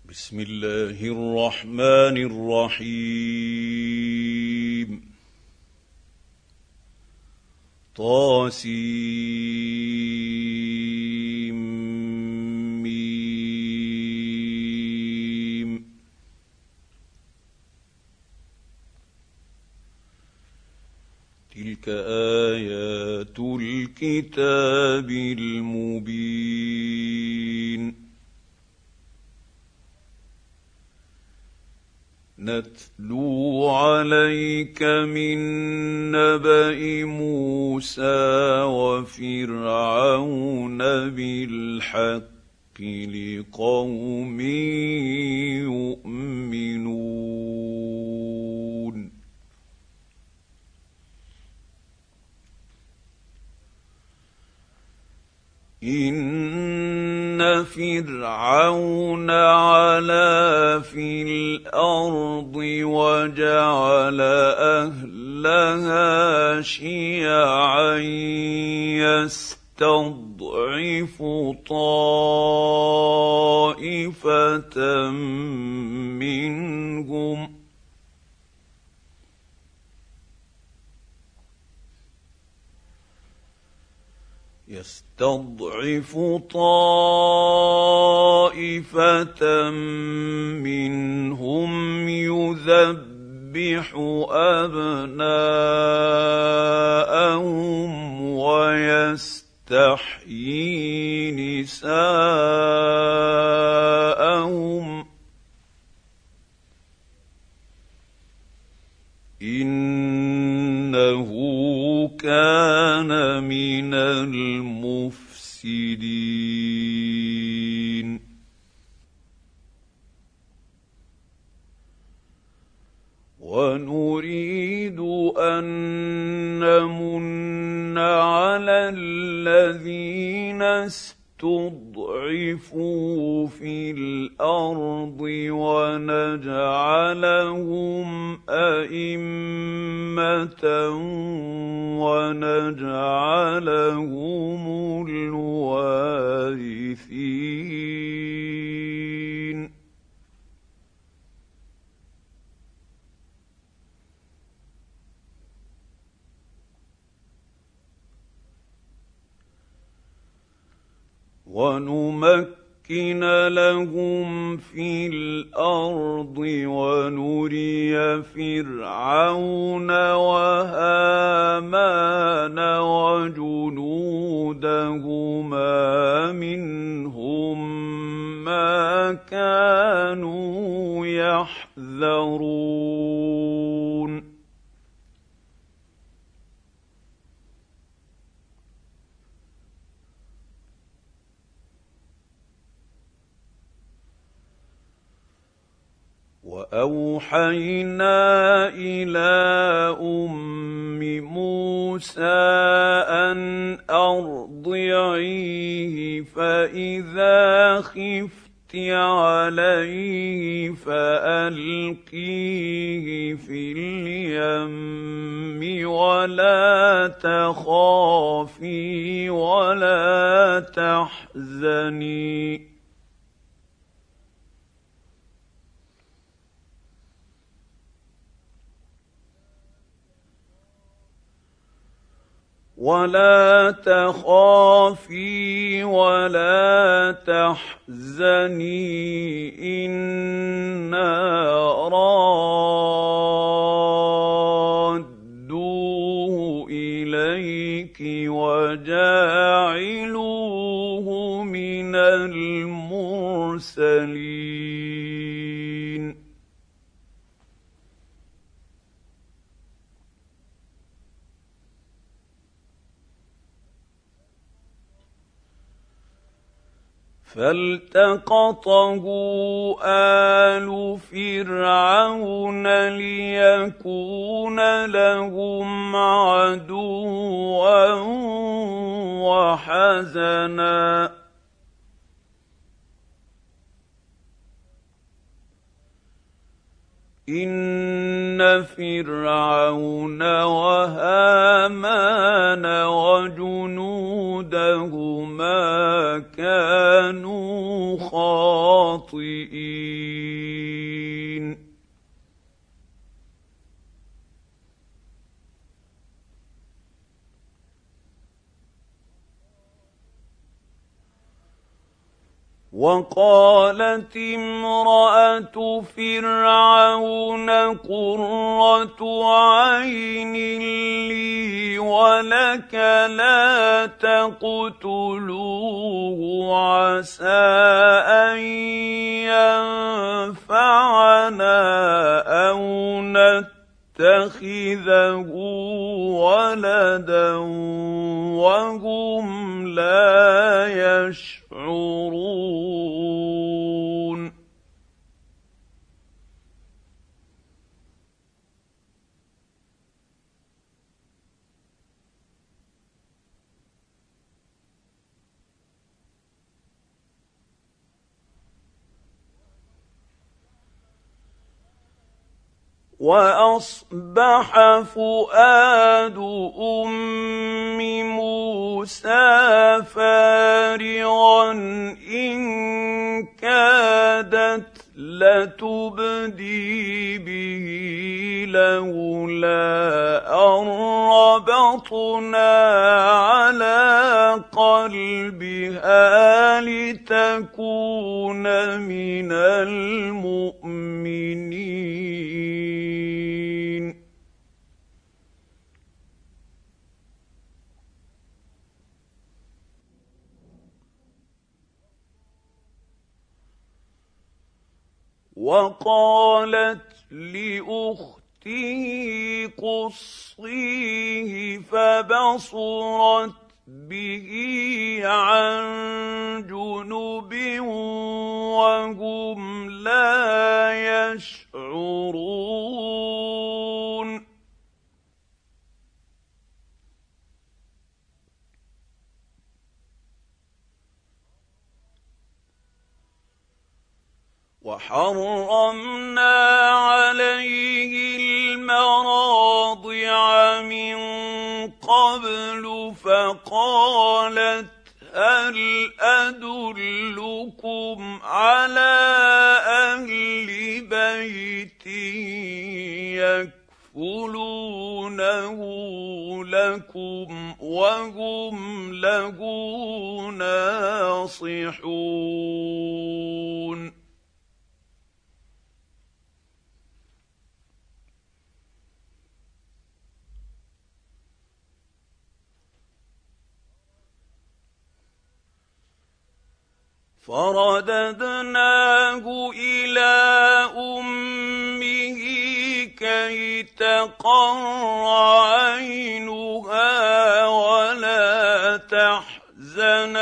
بسم الله الرحمن الرحيم طاسيم تلك آيات الكتاب المبين نتلو عليك من نبأ موسى وفرعون بالحق لقوم يؤمنون إن فرعون علا في الأرض وجعل أهلها شيعا يستضعف طائفة منهم يذبح أبناءهم ويستحيي نساءهم إنه كان من المفسدين ونريد أن نمن على الذين استضعفوا في الأرض ونجعلهم أئمة ونجعلهم الوارثين ونمكن لهم في الأرض ونري فرعون وهامان وجنودهما منهم ما كانوا يحذرون وأوحينا إلى أم موسى أن أرضعيه فإذا خفت عليه فألقيه في اليم ولا تخافي ولا تحزني إنا رادوه إليك وجاعلوه من المرسلين فالتقطه آل فرعون ليكون لهم عدوا وحزنا إن فرعون وهامان وجنودهما كانوا خاطئين الخاطئين. وقالت امرأة فرعون قرة عين لي ولك لا تقتلوه عسى أن ينفعنا أو نتخذه ولدا وهم لا يشعرون. وأصبح فؤاد أم موسى فارغا إن كادت لتبدي به لولا أن ربطنا على قلبها لتكون من المؤمنين. وقالت لأخته قصيه فبصرت به عن جنب وهم لا يشعرون. وحرمنا عليه المراضع من قبل فقالت هل أدلكم على أهل بيت يكفلونه لكم وهم له ناصحون. فرددناه إلى أمه كي تقر عينها ولا تحزن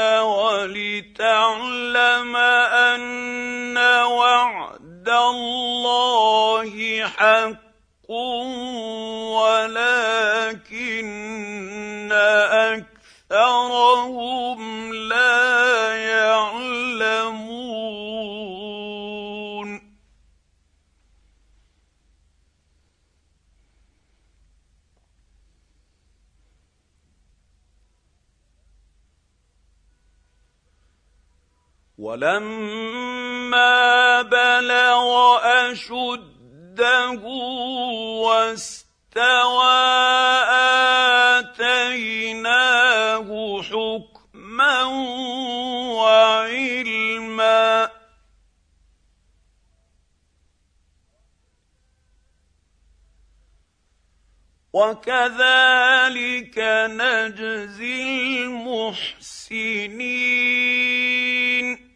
ولتعلم أن وعد الله حق ولكن أكثرهم لا يعلمون. ولما بلغ أشده واستوى آتيناه حكما وعلما وكذلك نجزي المحسنين.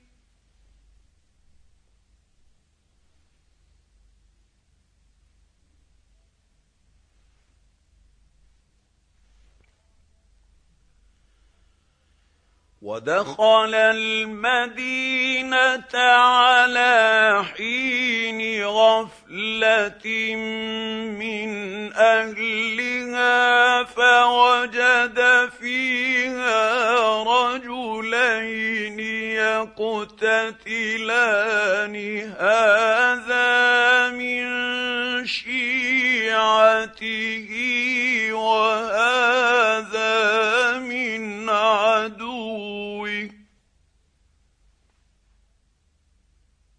ودخل المدينة على حين غفلة من أهلها فوجد فيها رجلين يقتتلان هذا من شيعته وهذا من عدوه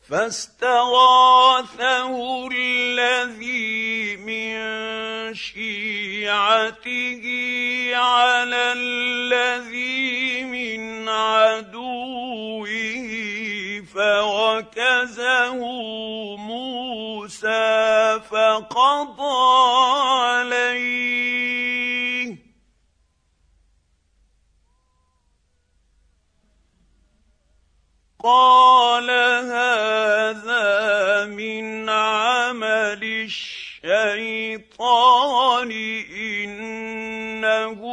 فاستغاثه الذي من شيعته على الذي من عدوه فوكزه موسى فقضى عليه قال هذا من عمل الشيطان إنه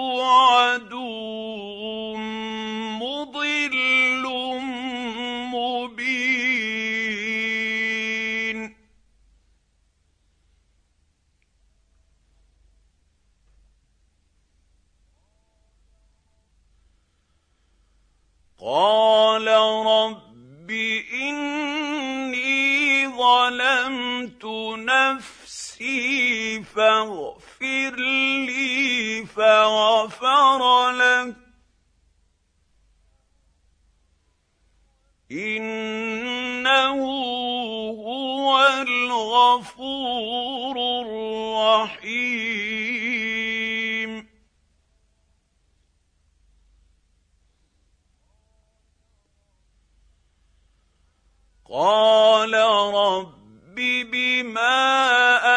عدو مضل مبين. قال رب إني ظلمت نفسي فاغفر لي فغفر له إنه هو الغفور الرحيم. قال رب بما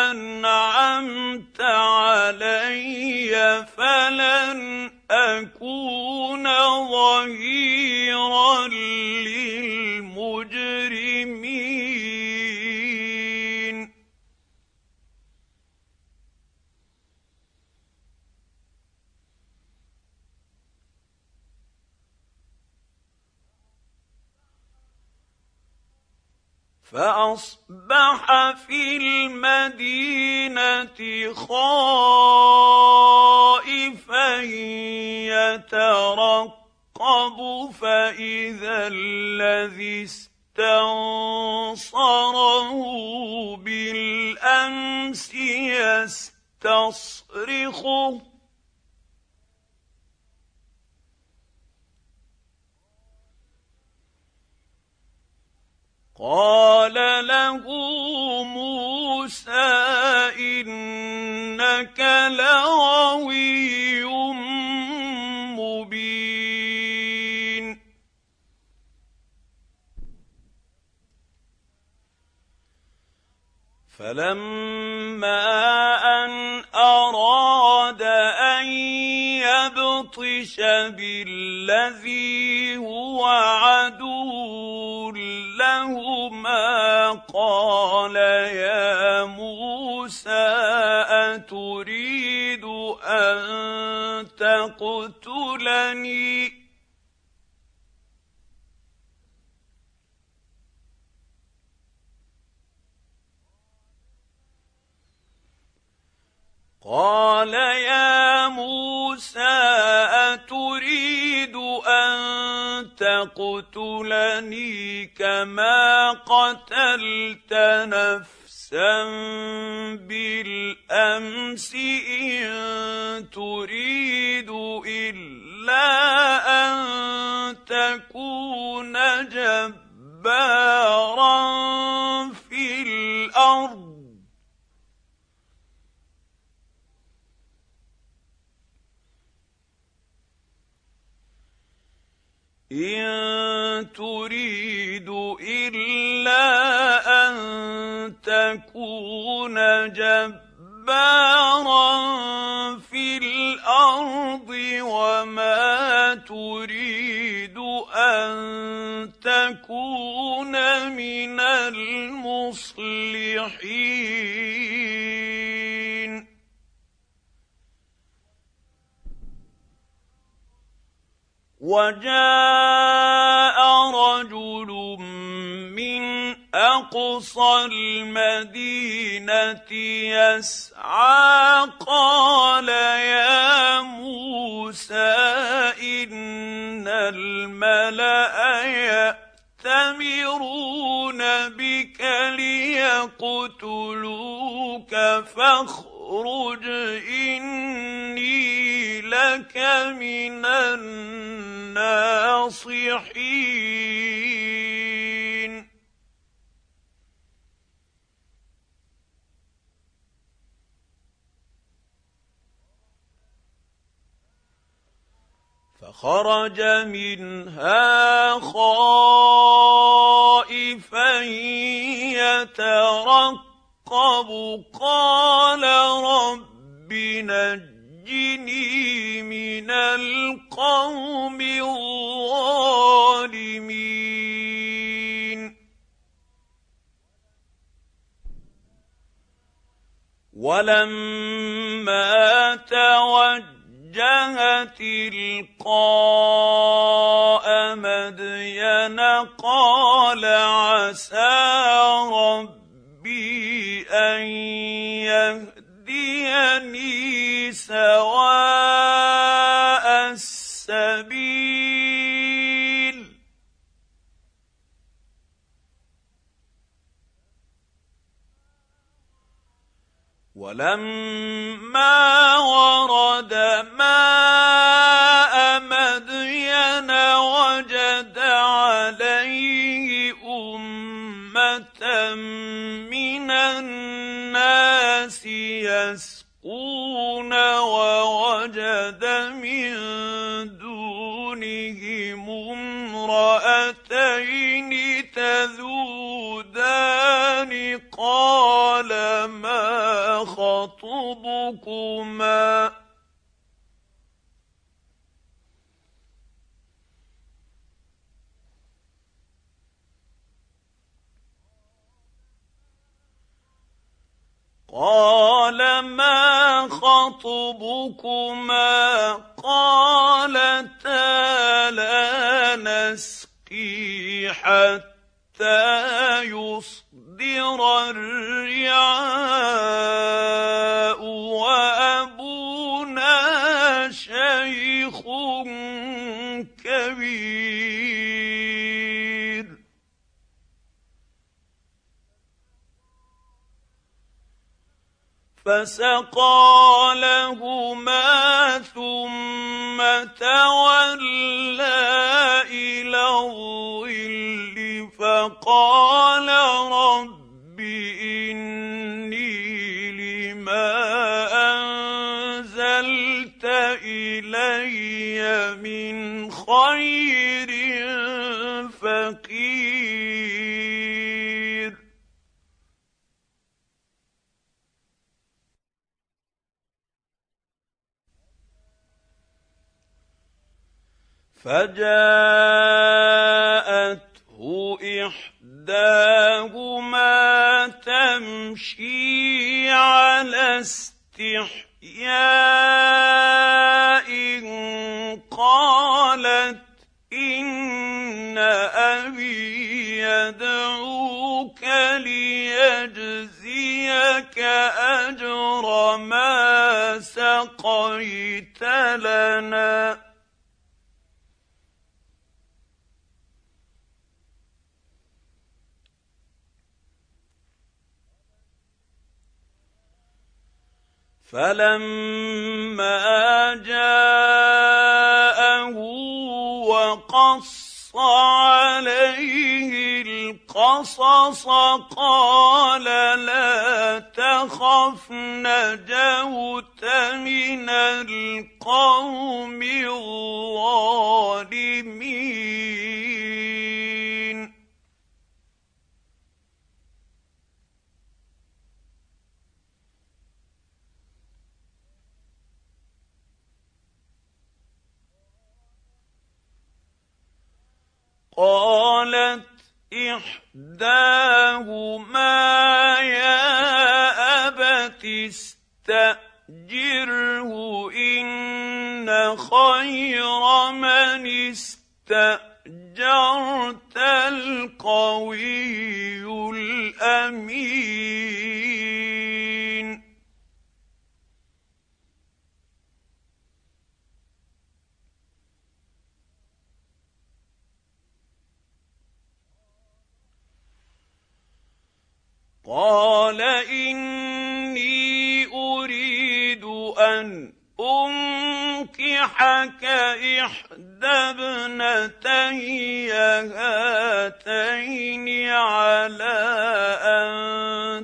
أنعمت علي فلن أكون ظهيرا للمجرمين. فأصبح في المدينة خائفا يترقب فإذا الذي استنصره بالأمس يستصرخه قال له موسى إنك لغوي مبين. فلما أن أراد أن يبطش بالذي هو عدو لهما قال يا موسى أتريد أن تقتلني قال يا موسى أتريد أن تقتلني كما قتلت نفسا بالأمس إن تريد إلا أن تكون جبارا في الأرض إن تريد إلا أن تكون جبارا في الأرض وما تريد أن تكون من المصلحين. وجاء رجل من أقصى المدينة يسعى قال يا موسى إن الملأ يأتمرون بك ليقتلوك فاخرج إني لك من الناصحين. فخرج منها خائفا يترقب قال رب نجني من القوم الظالمين ولما توجه تلقاء مدين قال عسى ربي أن يهديني سواء السبيل ولما ورد ماء مدين وجد عليه أمة من الناس يسقون ووجد من دونهم امرأتين تذودان قال ما خطبكما قال ما خطبكما قالتا لا نسقي حتى يصدر الرعاء وأبونا شيخ كبير فسقى لهما ثم تولى إلى الظل فقال رب إني لما أنزلت إلي من خير فقير فجاءته إحداهما تمشي على استحياء قالت إن أبي يدعوك ليجزيك أجر ما سقيت لنا فلما جاءه وقص عليه القصص قال لا تخف نجوت من القوم الظالمين قالت إحداهما يا أبت استأجره إن خير من استأجرت القوي الأمين قال إني أريد أن أنكحك إحدى ابنتي هاتين على أن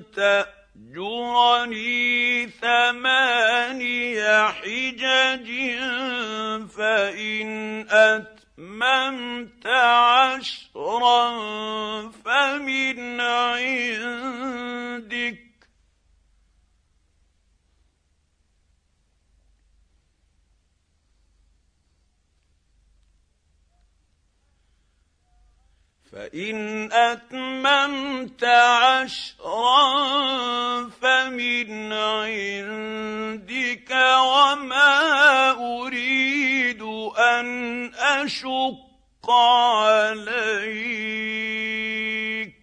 تأجرني 8 حجج فإن أتممت عشرا فمن عندك فإن أتممت عشرا فمن عندك وما أريد أن أشق عليك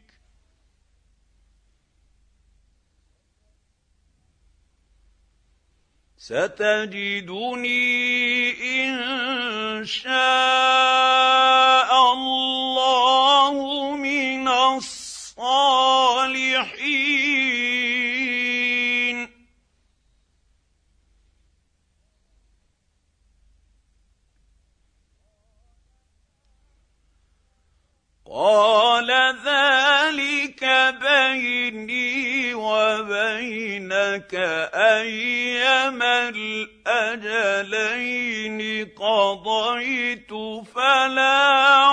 ستجدني إن شاء الله من الصالحين قال ذلك بيني وبينك أيما الأجلين قضيت فلا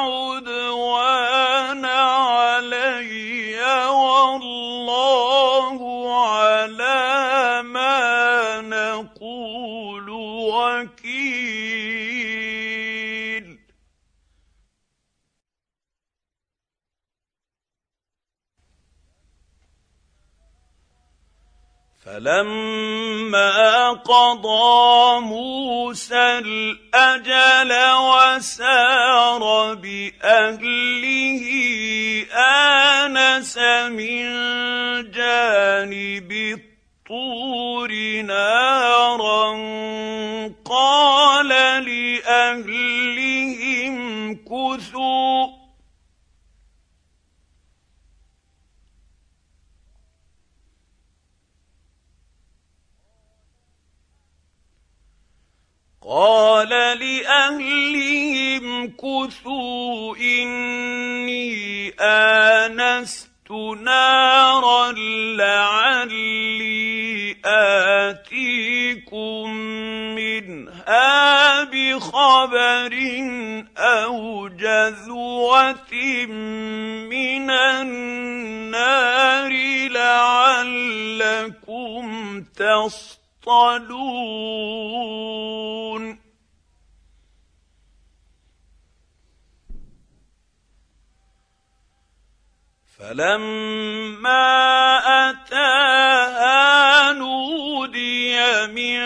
عدوان علي والله على ما نقول وكيل فلما قضى موسى الأجل وسار بأهله آنس من جانب الطور نارا قال لأهلهم كثوا إني آنست نارا لعلي آتيكم منها بخبر أو جذوة من النار لعلكم تصطلون فلما أتاها نودي من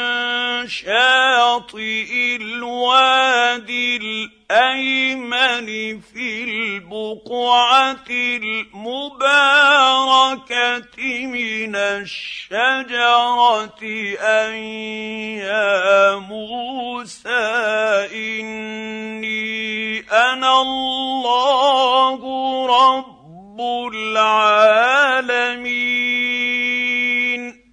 شاطئ الوادي الأيمن في البقعة المباركة من الشجرة أن يا موسى إني أنا الله رب العالمين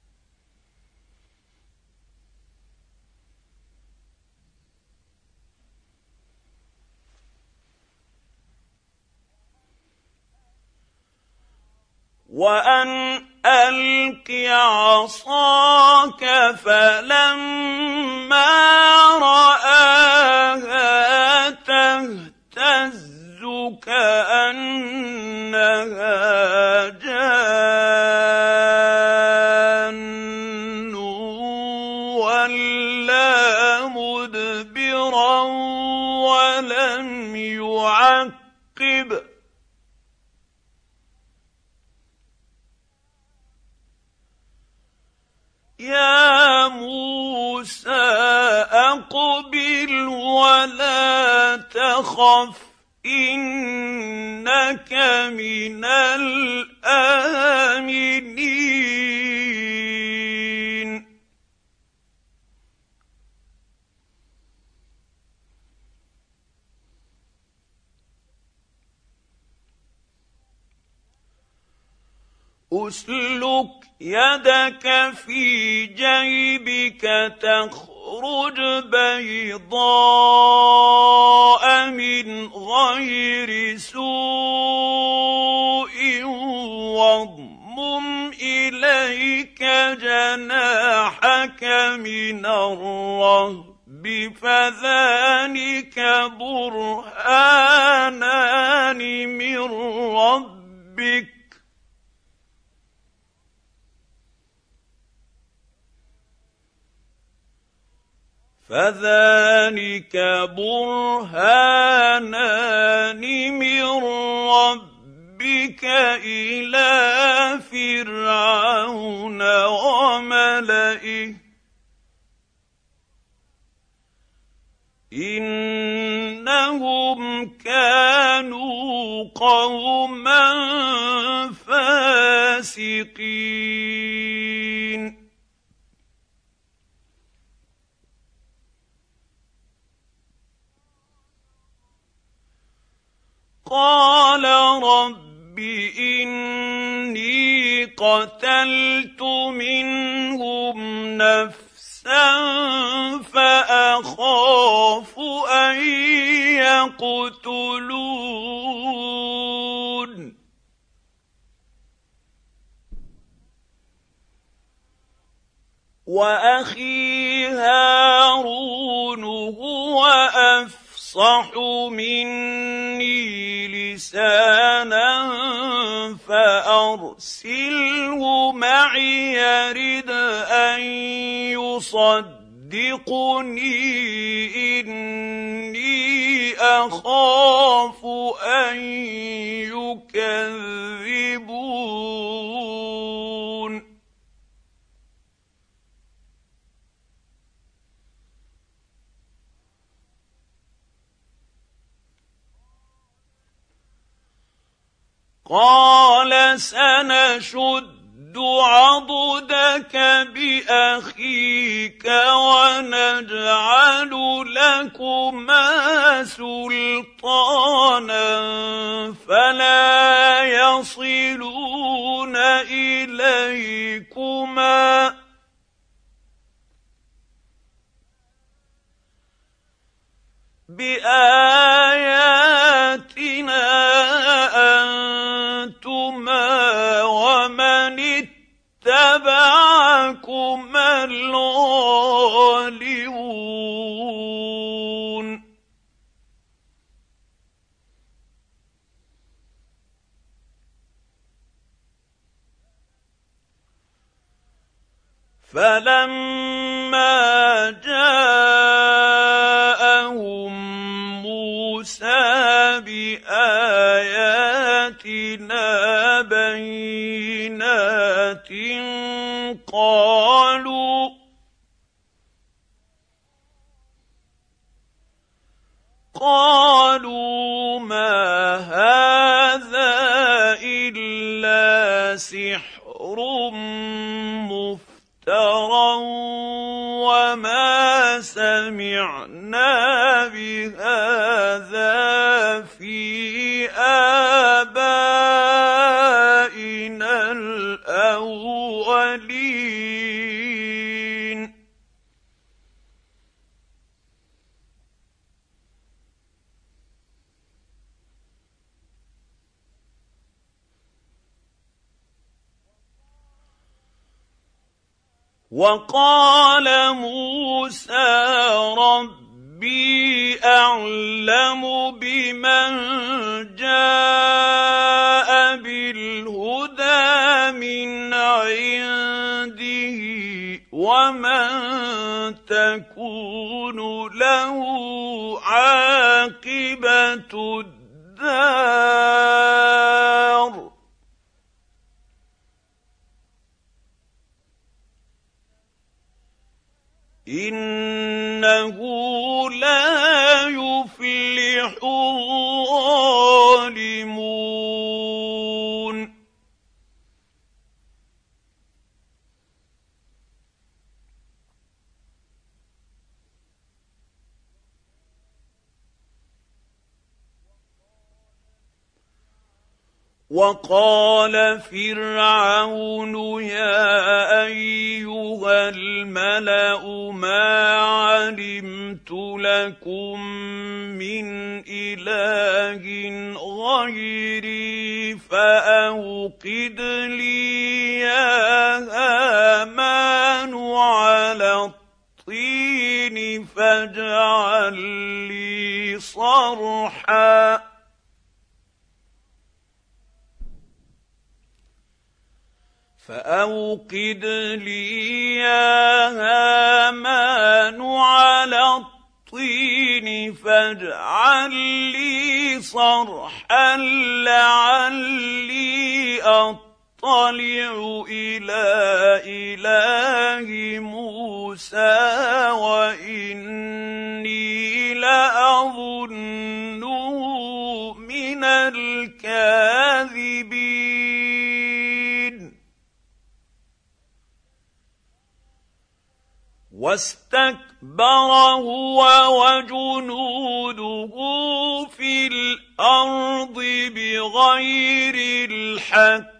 وأن ألق عصاك فلما رآها تهتز كأنها جان ولا مدبرا ولم يعقب يا موسى أقبل ولا تخف إنك من الآمنين أسلك يدك في جيبك تخرج بيضاء من غير سوء واضمم إليك جناحك من الرهب فذلك برهانان من ربك إلى فرعون وملئه إنهم كانوا قوما فاسقين قال رب إني قتلت منهم نفسا فأخاف أن يقتلون وأخي هارون هو أفصح مني لسانا فأرسله معي يرد أن يصدقني إني أخاف أن يكذبون قال سنشد عضدك بأخيك ونجعل لكما سلطانا فلا يصلون إليكما بآياتنا أنتما ومن اتبعكما الغالبون فلما جاءهم موسى بآياتنا بينات قالوا ما هذا إلا سحر مفترى وما سمعنا بهذا في آبائنا الأولين وقال موسى ربي أعلم بمن جاء بالهدى من عنده ومن تكون له عاقبة الدار إنه لا يفلح الظالمون وقال فرعون يا أيها الملأ ما علمت لكم من إله غيري فأوقد لي يا هامان على الطين فاجعل لي صرحا فأوقد لي يا هامان على الطين فاجعل لي صرحا لعلي أطلع إلى إله موسى وإني لأظنه من الكاذبين واستكبر هو وجنوده في الأرض بغير الحق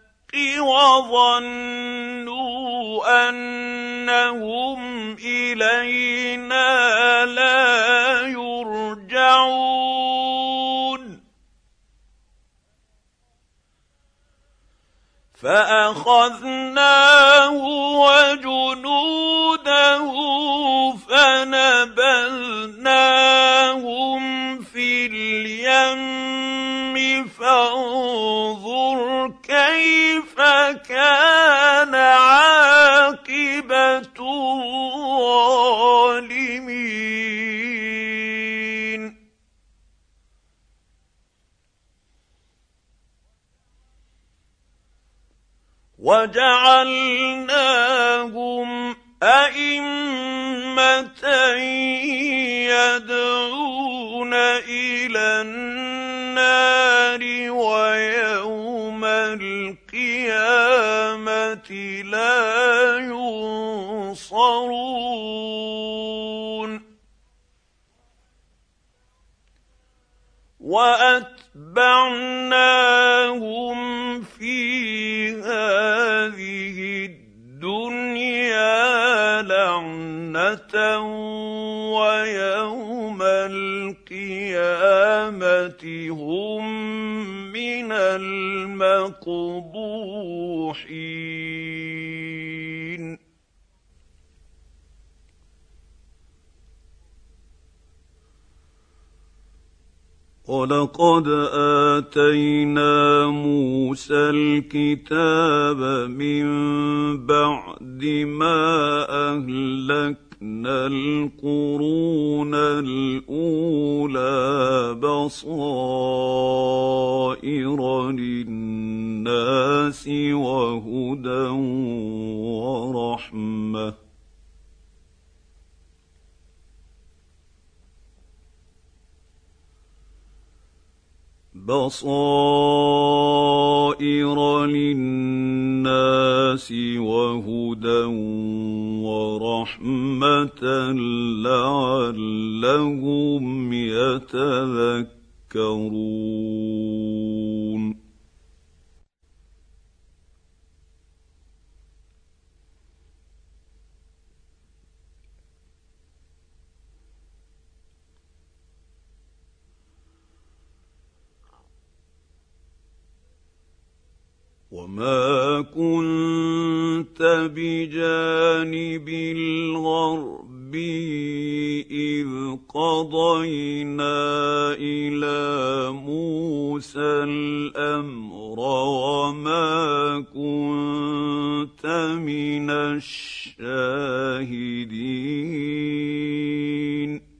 وظنوا أنهم إلينا لا يرجعون فأخذناه وجنوده فنبذناهم في اليم فانظر كيف كان عاقبة الظالمين وجعلناهم أئمة يدعون إلى النار ويوم القيامة لا ينصرون وأتبعناهم في هذه الدنيا لعنة ويوم القيامة هم من المقبوحين ولقد آتينا موسى الكتاب من بعد ما أهلكنا القرون الأولى بصائر للناس وهدى ورحمة بصائر للناس وهدى ورحمة لعلهم يتذكرون وما كنت بجانب الغرب إذ قضينا إلى موسى الأمر وما كنت من الشاهدين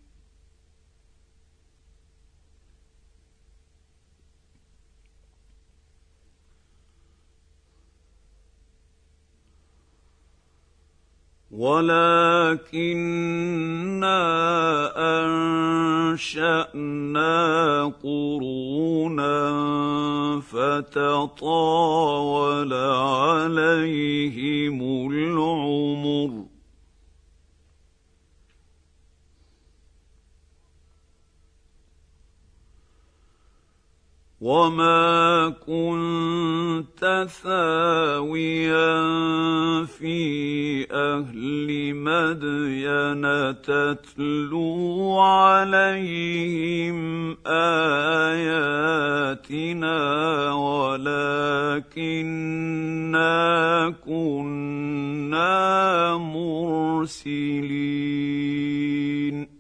ولكننا أنشأنا قرونا فتطاول عليهم العمر وما كنت ثاويا في أهل مدين تتلو عليهم آياتنا ولكننا كنا مرسلين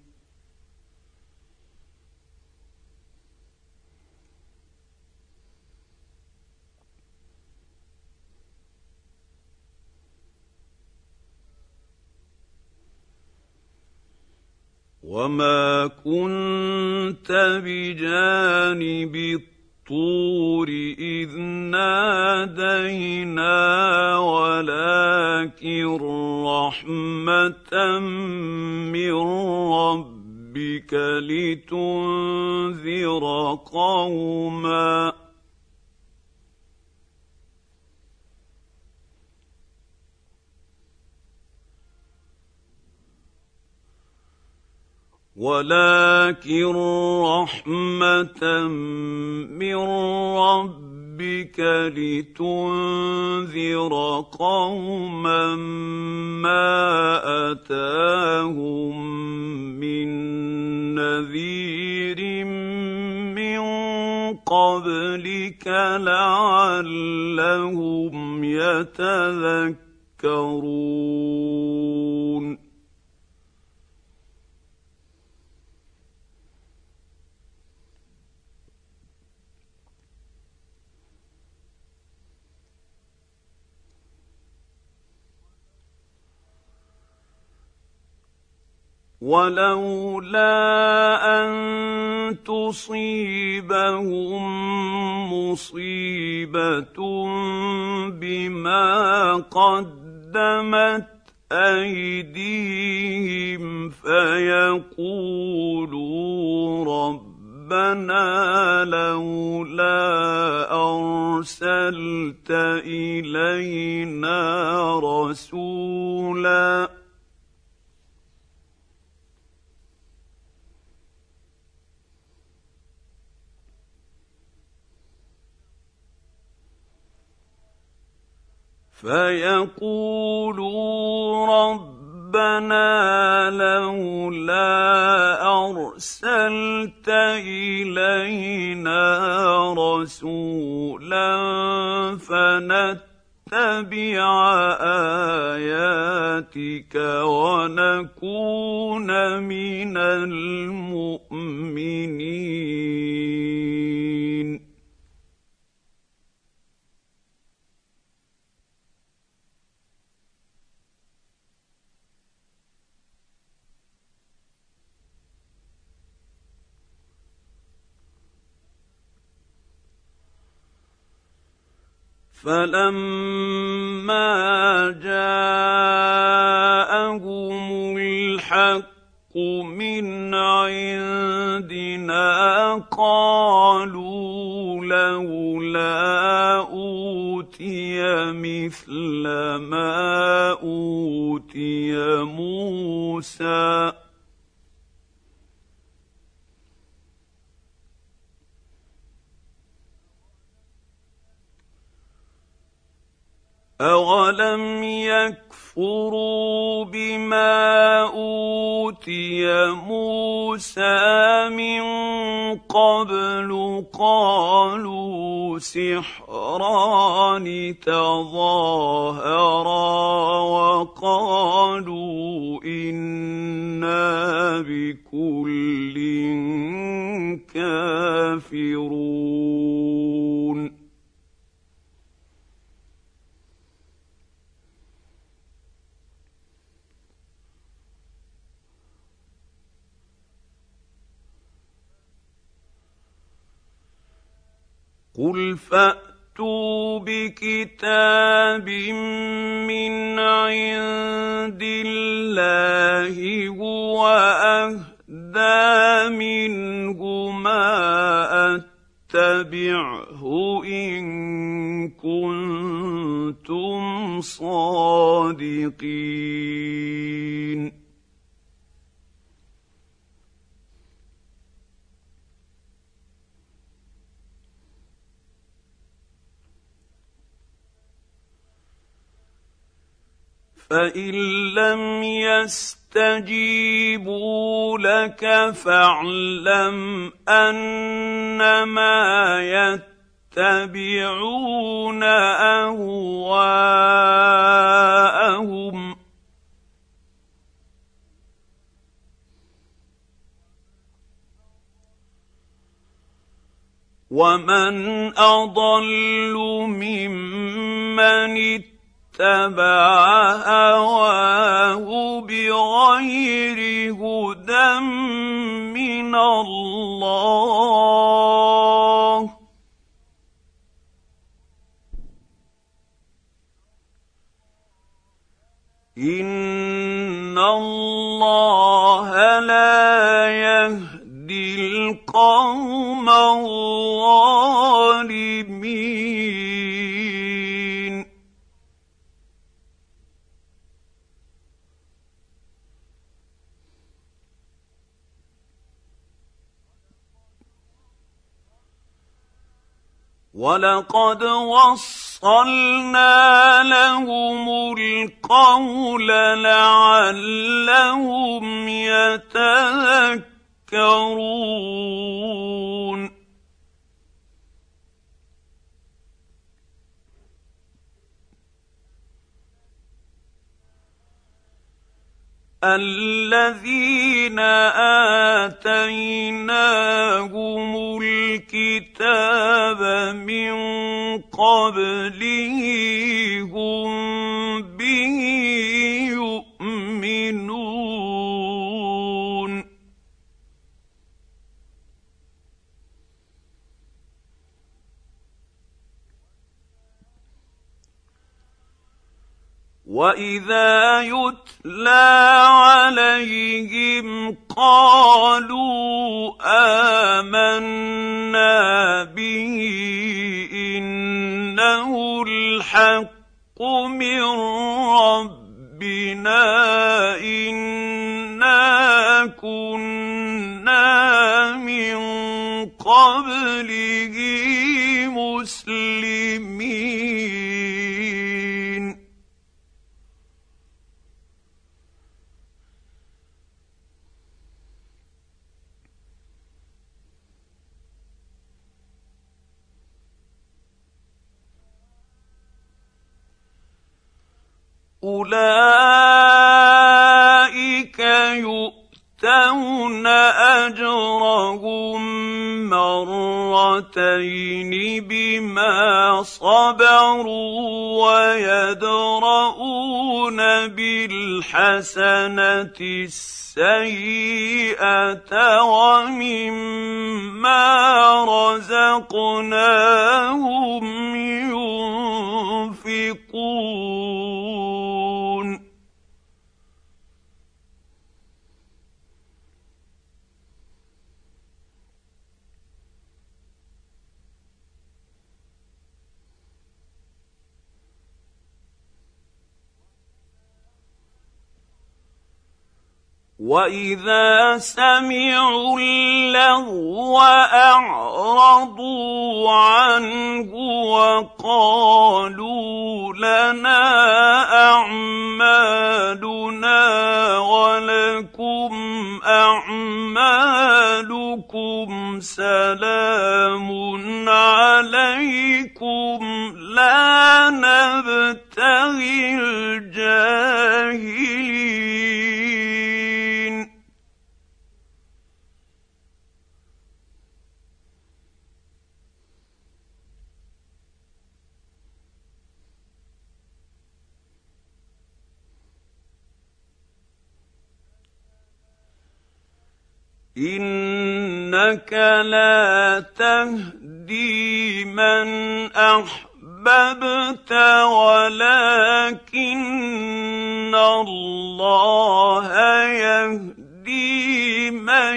وما كنت بجانب الطور إذ نادينا ولكن رحمة من ربك لتنذر قوما ما أتاهم من نذير من قبلك لعلهم يتذكرون ولولا أن تصيبهم مصيبة بما قدمت أيديهم فيقولوا ربنا لولا أرسلت إلينا رسولا فنتبع آياتك ونكون من المؤمنين فلما جاءهم الحق من عندنا قالوا لولا أوتي مثل ما أوتي موسى أولم يكفروا بما أوتي موسى من قبل قالوا سحران تظاهرا وقالوا إنا بكل كافرون قل فأتوا بكتاب من عند الله هو أهدى منه ما أتبعه إن كنتم صادقين فإن لم يستجيبوا لك فاعلم أنما يتبعون أهواءهم ومن أضل ممن اتبع هواه بغير هدى من الله إن الله لا يهدي القوم الظالمين ولقد وصلنا لهم القول لعلهم يتذكرون الذين آتيناهم الكتاب من قبله هم به يؤمنون وإذا يتلى عليهم قالوا آمنا به إنه الحق من ربنا إنا كنا من قبله مسلمين أولئك يؤتون أجرهم مرتين بما صبروا ويدرؤون بالحسنة السيئة ومما رزقناهم ينفقون وإذا سمعوا اللغو أعرضوا عنه وقالوا لنا أعمالنا ولكم أعمالكم سلام عليكم لا نبتغي الجاهلين إنك لا تهدي من أحببت ولكن الله يهدي من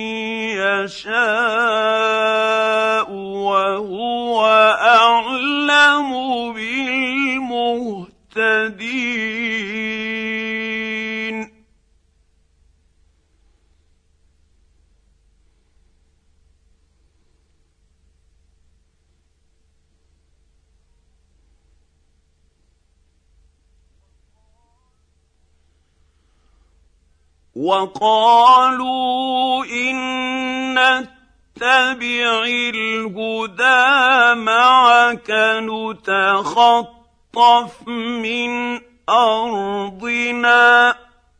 يشاء وهو أعلم بالمهتدين وقالوا إن نتبع الهدى معك نتخطف من أرضنا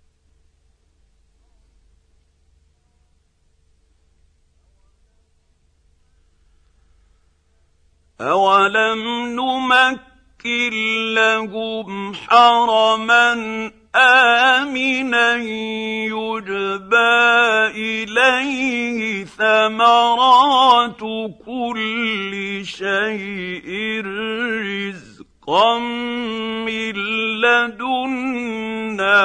أولم نمكن لهم حرما آمنا يجبى إليه شيء رزقا من لدنا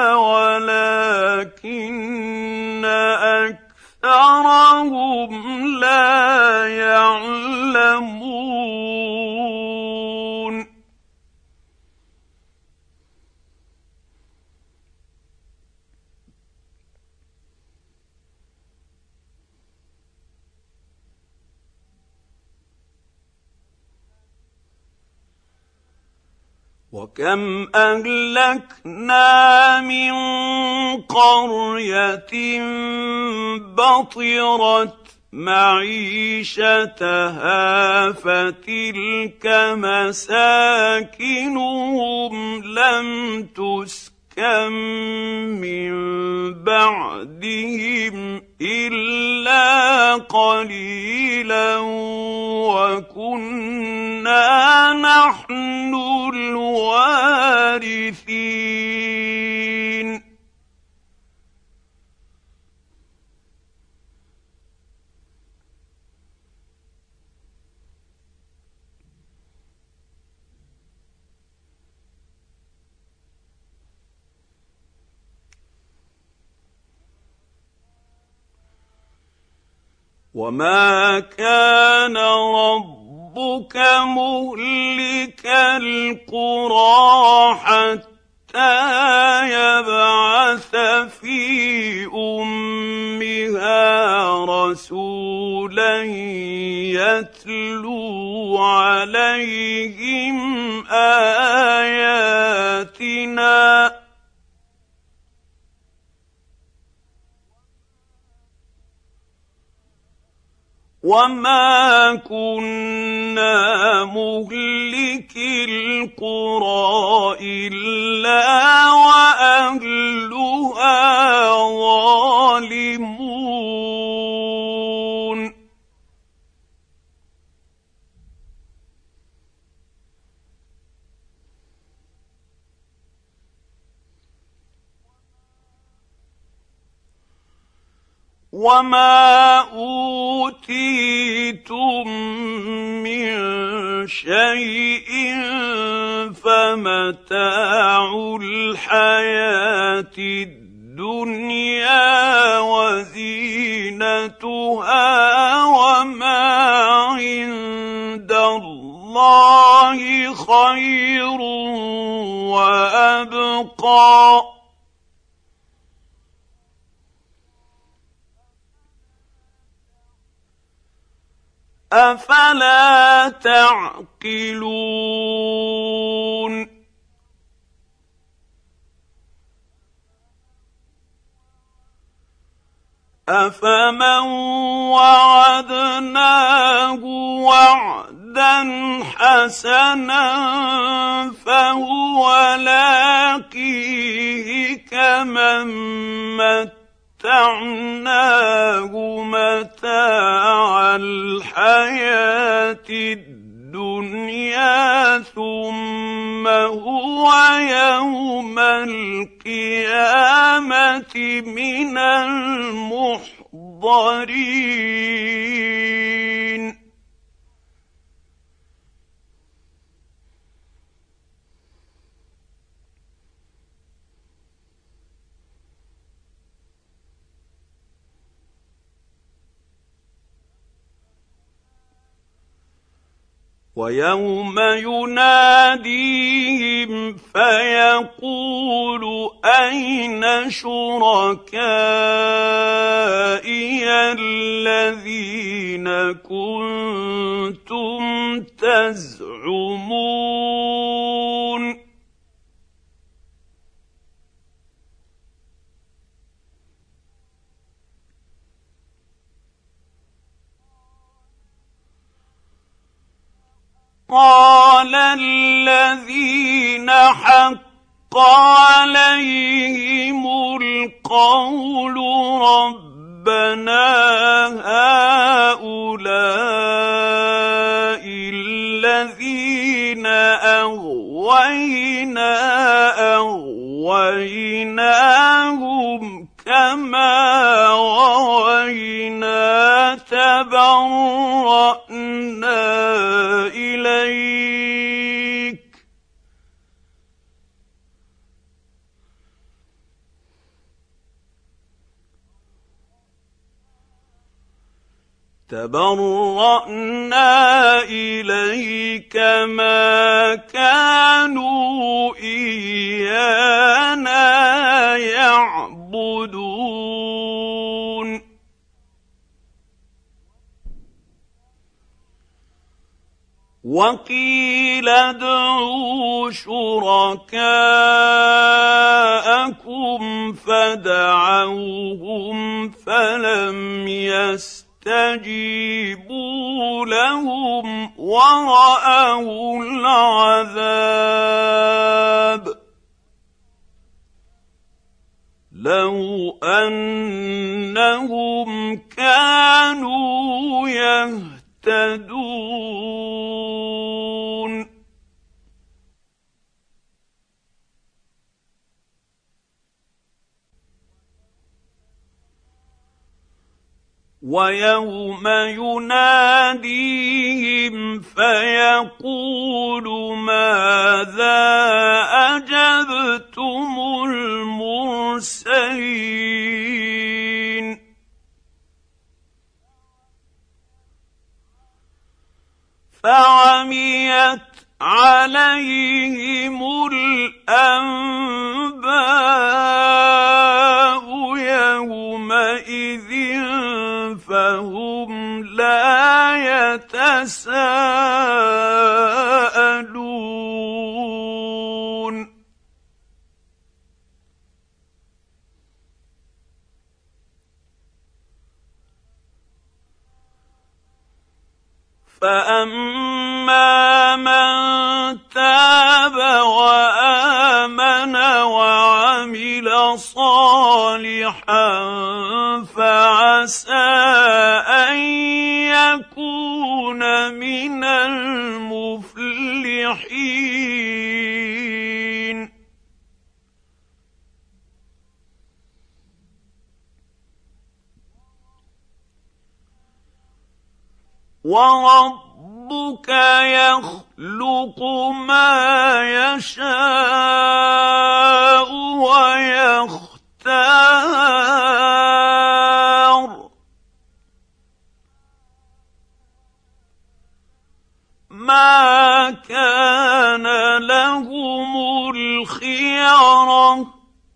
ولكن أكثرهم لا يعلمون. وكم أهلكنا من قرية بطرت معيشتها فتلك مساكنهم لم تسكن من بعدهم إلا قليلا وكنا نحن الوارثين. وما كان ربك مهلك القرى حتى يبعث في أمها رسولا يتلو عليهم آياتنا وما كنا مهلكي القرى إلا وأهلها ظالمون. وما أوتيتم من شيء فمتاع الحياة الدنيا وزينتها وما عند الله خير وأبقى أفلا تعقلون. أفمن وعدناه وعدا حسنا فهو لاقيه كمن متعناه متاع الحياة الدنيا ثم هو يوم القيامة من المحضرين. ويوم يناديهم فيقول أين شركائي الذين كنتم تزعمون قال الذين حق عليهم القول ربنا هؤلاء الذين أغويناهم كما غوينا تبرأنا تبرأنا إليك ما كانوا إيانا يعبدون وقيل ادعوا شركاءكم فدعوهم فلم يستجيبوا لهم ورأوا العذاب لو أنهم كانوا يهتدون ويوم يناديهم فيقول ماذا أجبتم المرسلين فعميت عليهم الأنباء يومئذ فهم لا يتساءلون فأما من تاب وآمن وعمل صالحا فعسى أن يكون من المفلحين وربك يخلق ما يشاء ويختار ما كان لهم الخيرة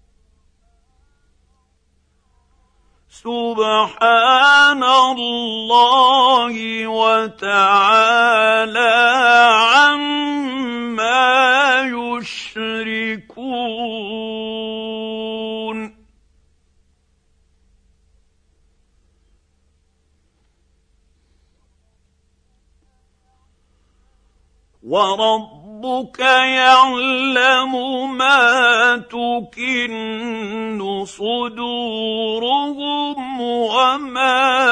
سبحان الله وتعالى عما يشركون وربك يعلم ما تكن صدورهم وما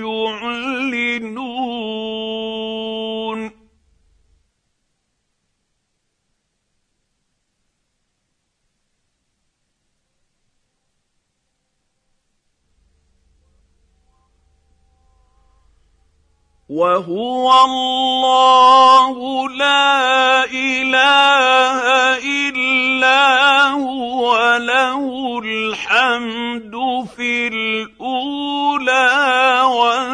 يعلنون وهو الله لا إله إلا هو له الحمد في الأولى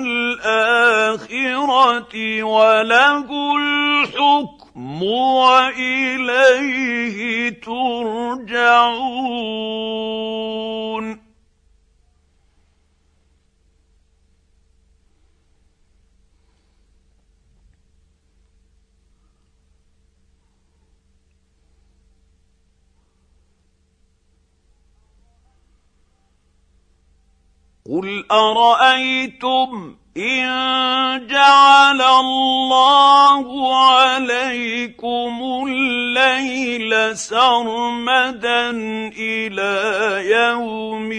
والآخرة وله الحكم وإليه ترجعون قل أرأيتم إن جعل الله عليكم الليل سرمدا إلى يوم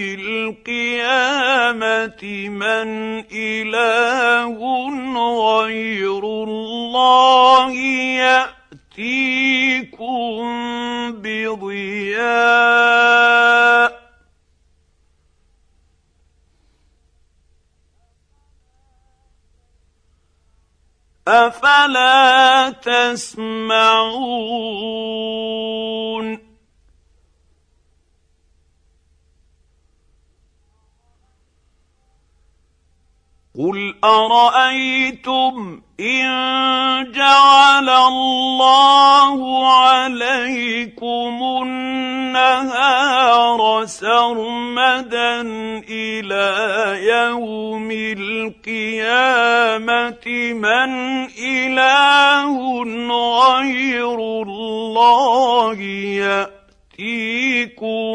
القيامة من إله غير الله يأتيكم بضياء أفلا تسمعون قل أرأيتم إن جعل الله عليكم النهار سرمدا إلى يوم القيامة من إله غير الله يأتيكم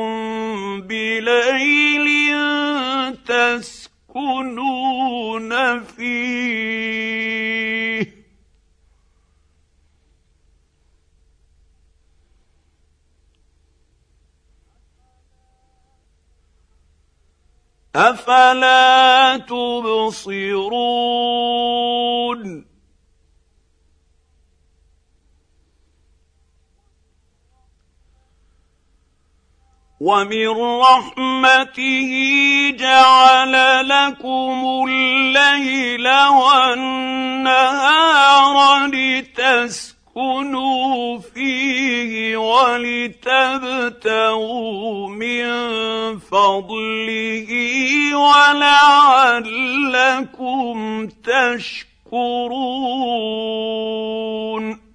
بليل تسكنون فيه أفلا تبصرون ومن رحمته جعل لكم الليل والنهار لتسكنوا فيه ولتبتغوا من فضله ولعلكم تشكرون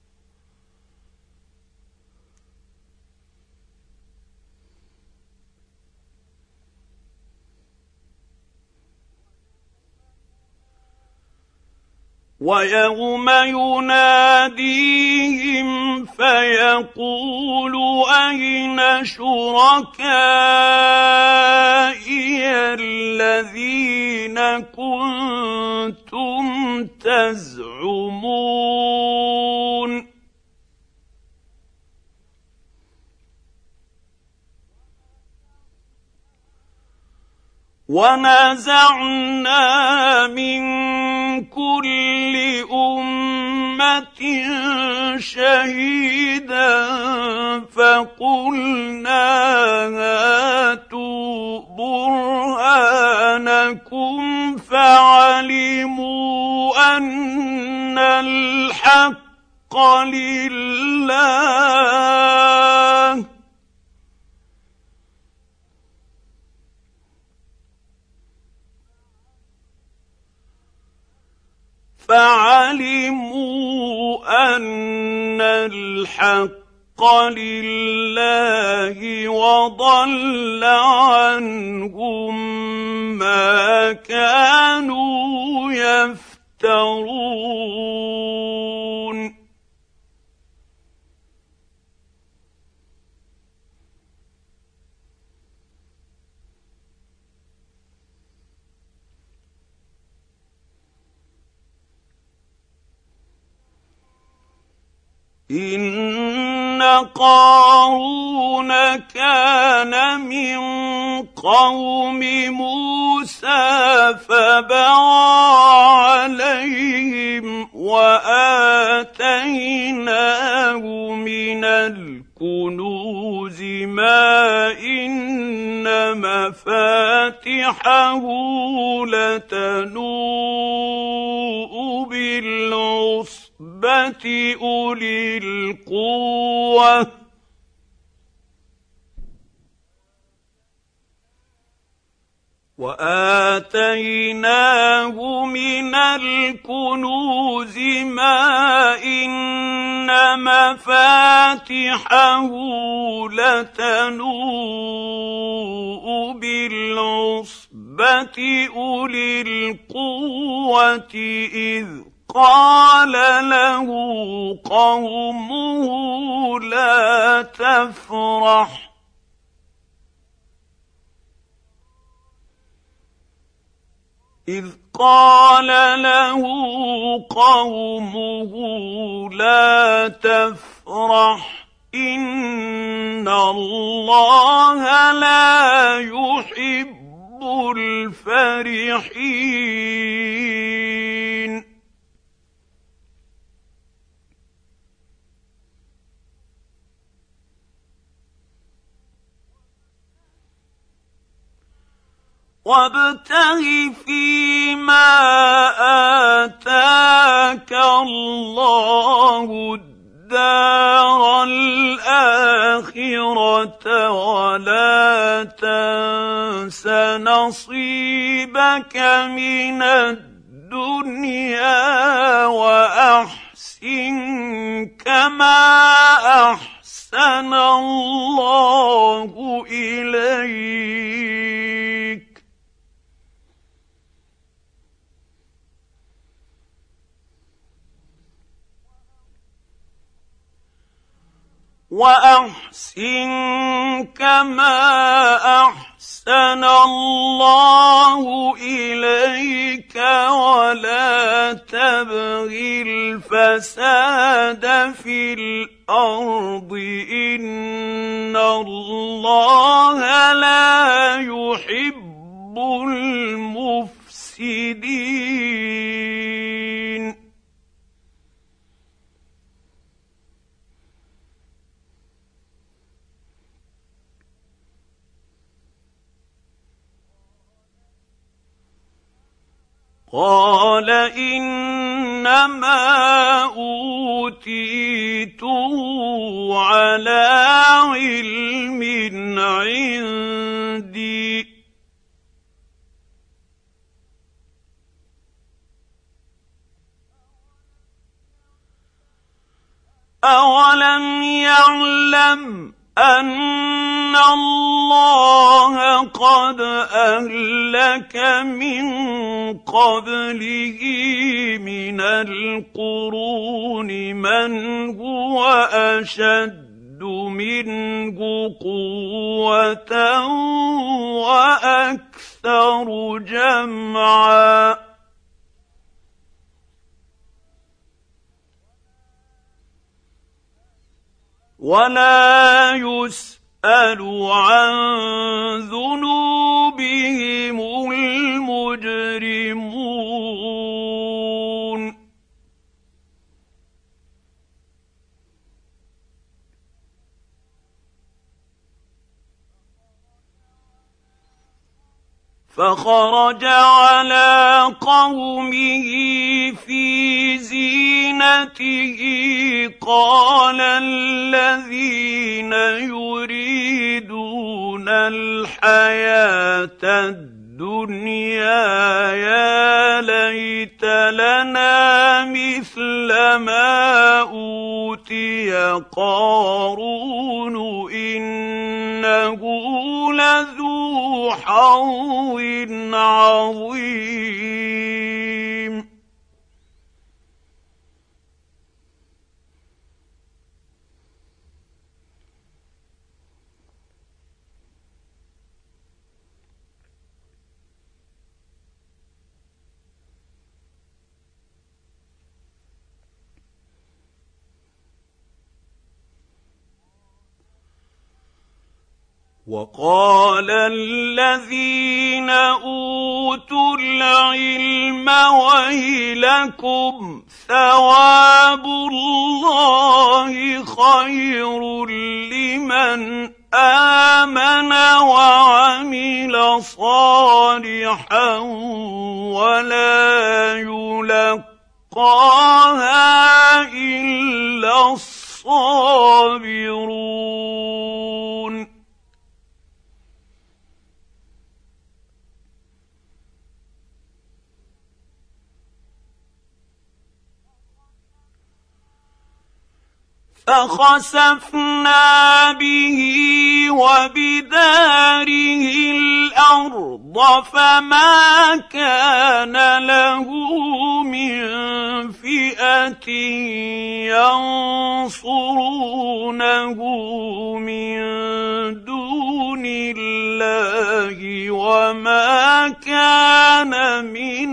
ويوم يناديهم فيقول أين شركائي الذين كنتم تزعمون ونزعنا من كل أمة شهيدا فقلنا هاتوا برهانكم فعلموا أن الحق لله وضل عنهم ما كانوا يفترون إن قارون كان من قوم موسى فبغى عليهم وآتيناه من الكنوز ما إن مفاتحه لتنوء بالعصبة أولي القوة وآتيناه من الكنوز ما إن مفاتحه لتنوء بالعصبة أولي القوة إذ قال له قومه لا تفرح إن الله لا يحب الفرحين وابتغ فيما آتاك الله الدار الآخرة الآخرة ولا تنس نصيبك من الدنيا وأحسن كما أحسن الله إليك الله إليك ولا تبغ الفساد في الأرض إن الله لا يحب المفسدين قال إنما أوتيته على علم عندي أولم يعلم أن الله قد أهلك من قبله من القرون من هو أشد منه قوة وأكثر جمعا ولا يسأل عن ذنوبهم المجرمون فخرج على قومه في زينته قال الذين يريدون الحياة الدنيا يا ليت لنا مثل ما أوتي قارون إنه لذو حظ عظيم وقال الذين أوتوا العلم ويلكم ثواب الله خير لمن آمن وعمل صالحا ولا يلقاها إلا الصابرون فخسفنا به وبداره الأرض فما كان له من فئة ينصرونه من دون الله وما كان من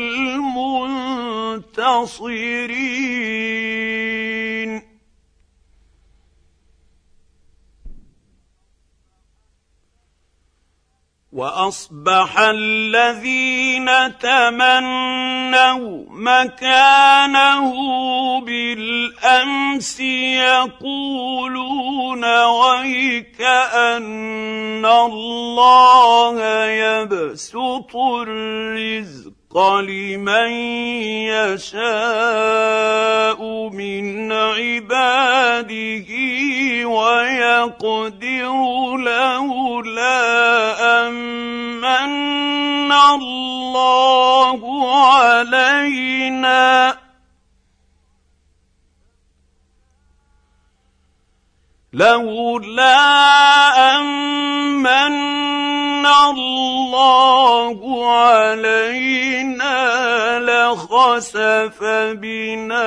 المنتصرين وأصبح الذين تمنوا مكانه بالأمس يقولون ويكأن الله يبسط الرزق لمن يشاء من عباده ويقدر لولا أمن الله علينا لخسف بنا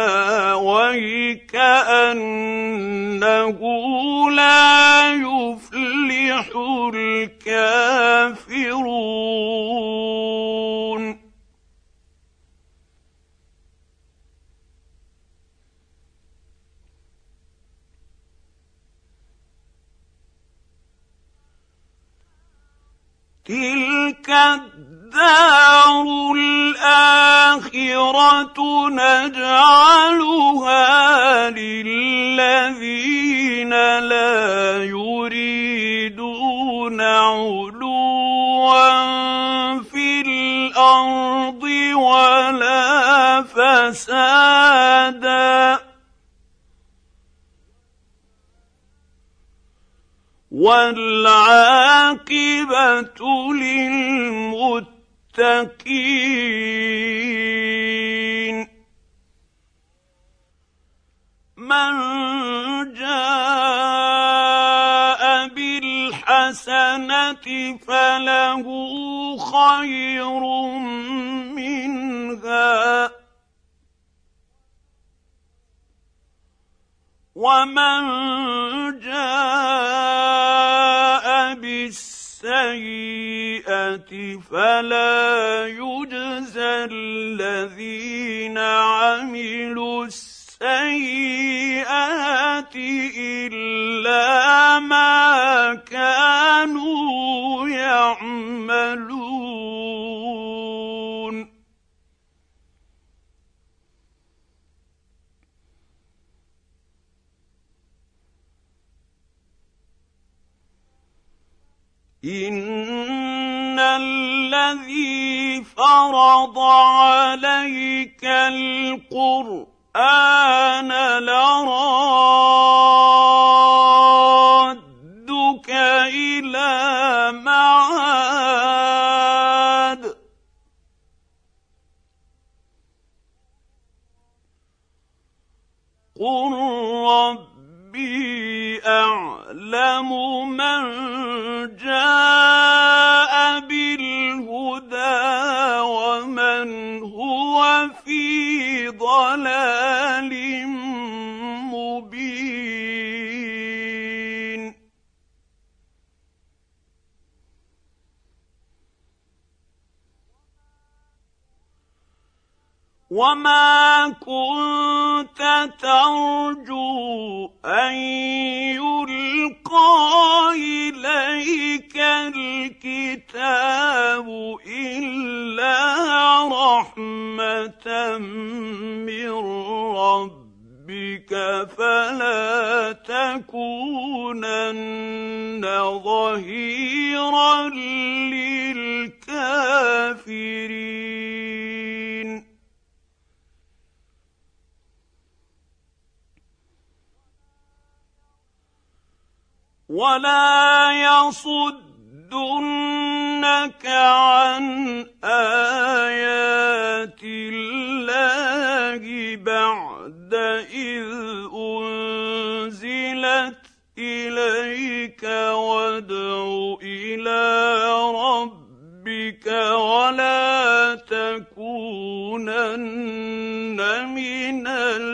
وكأنه لا يفلح الكافرون تلك الدار الآخرة نجعلها للذين لا يريدون علوا في الأرض ولا فسادا والعاقبة للمتقين من جاء بالحسنة فله خير منها ومن جاء بالسيئة فلا يجزى الذين عملوا السيئات إلا ما كانوا يعملون إن الذي فرض عليك القرآن لرادك إلى معاد قل ربي أعلم من جاء بالهدى ومن هو في ضلال مبين وما كنت ترجو أن يلقى إليك الكتاب إلا رحمة من ربك فلا تكونن ظهيرا للكافرين ولا يصدنك عن آيات الله بعد إذ أنزلت إليك وادع إلى ربك ولا تكونن من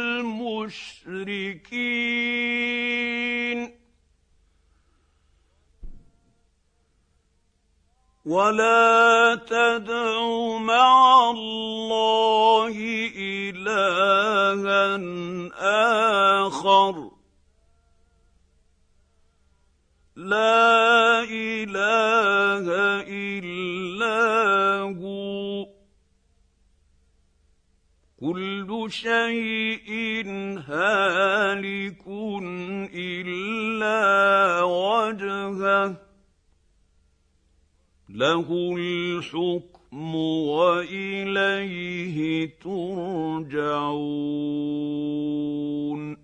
المشركين ولا تدع مع الله إلها آخر لا إله إلا هو كل شيء هالك إلا وجهه له الحكم واليه ترجعون.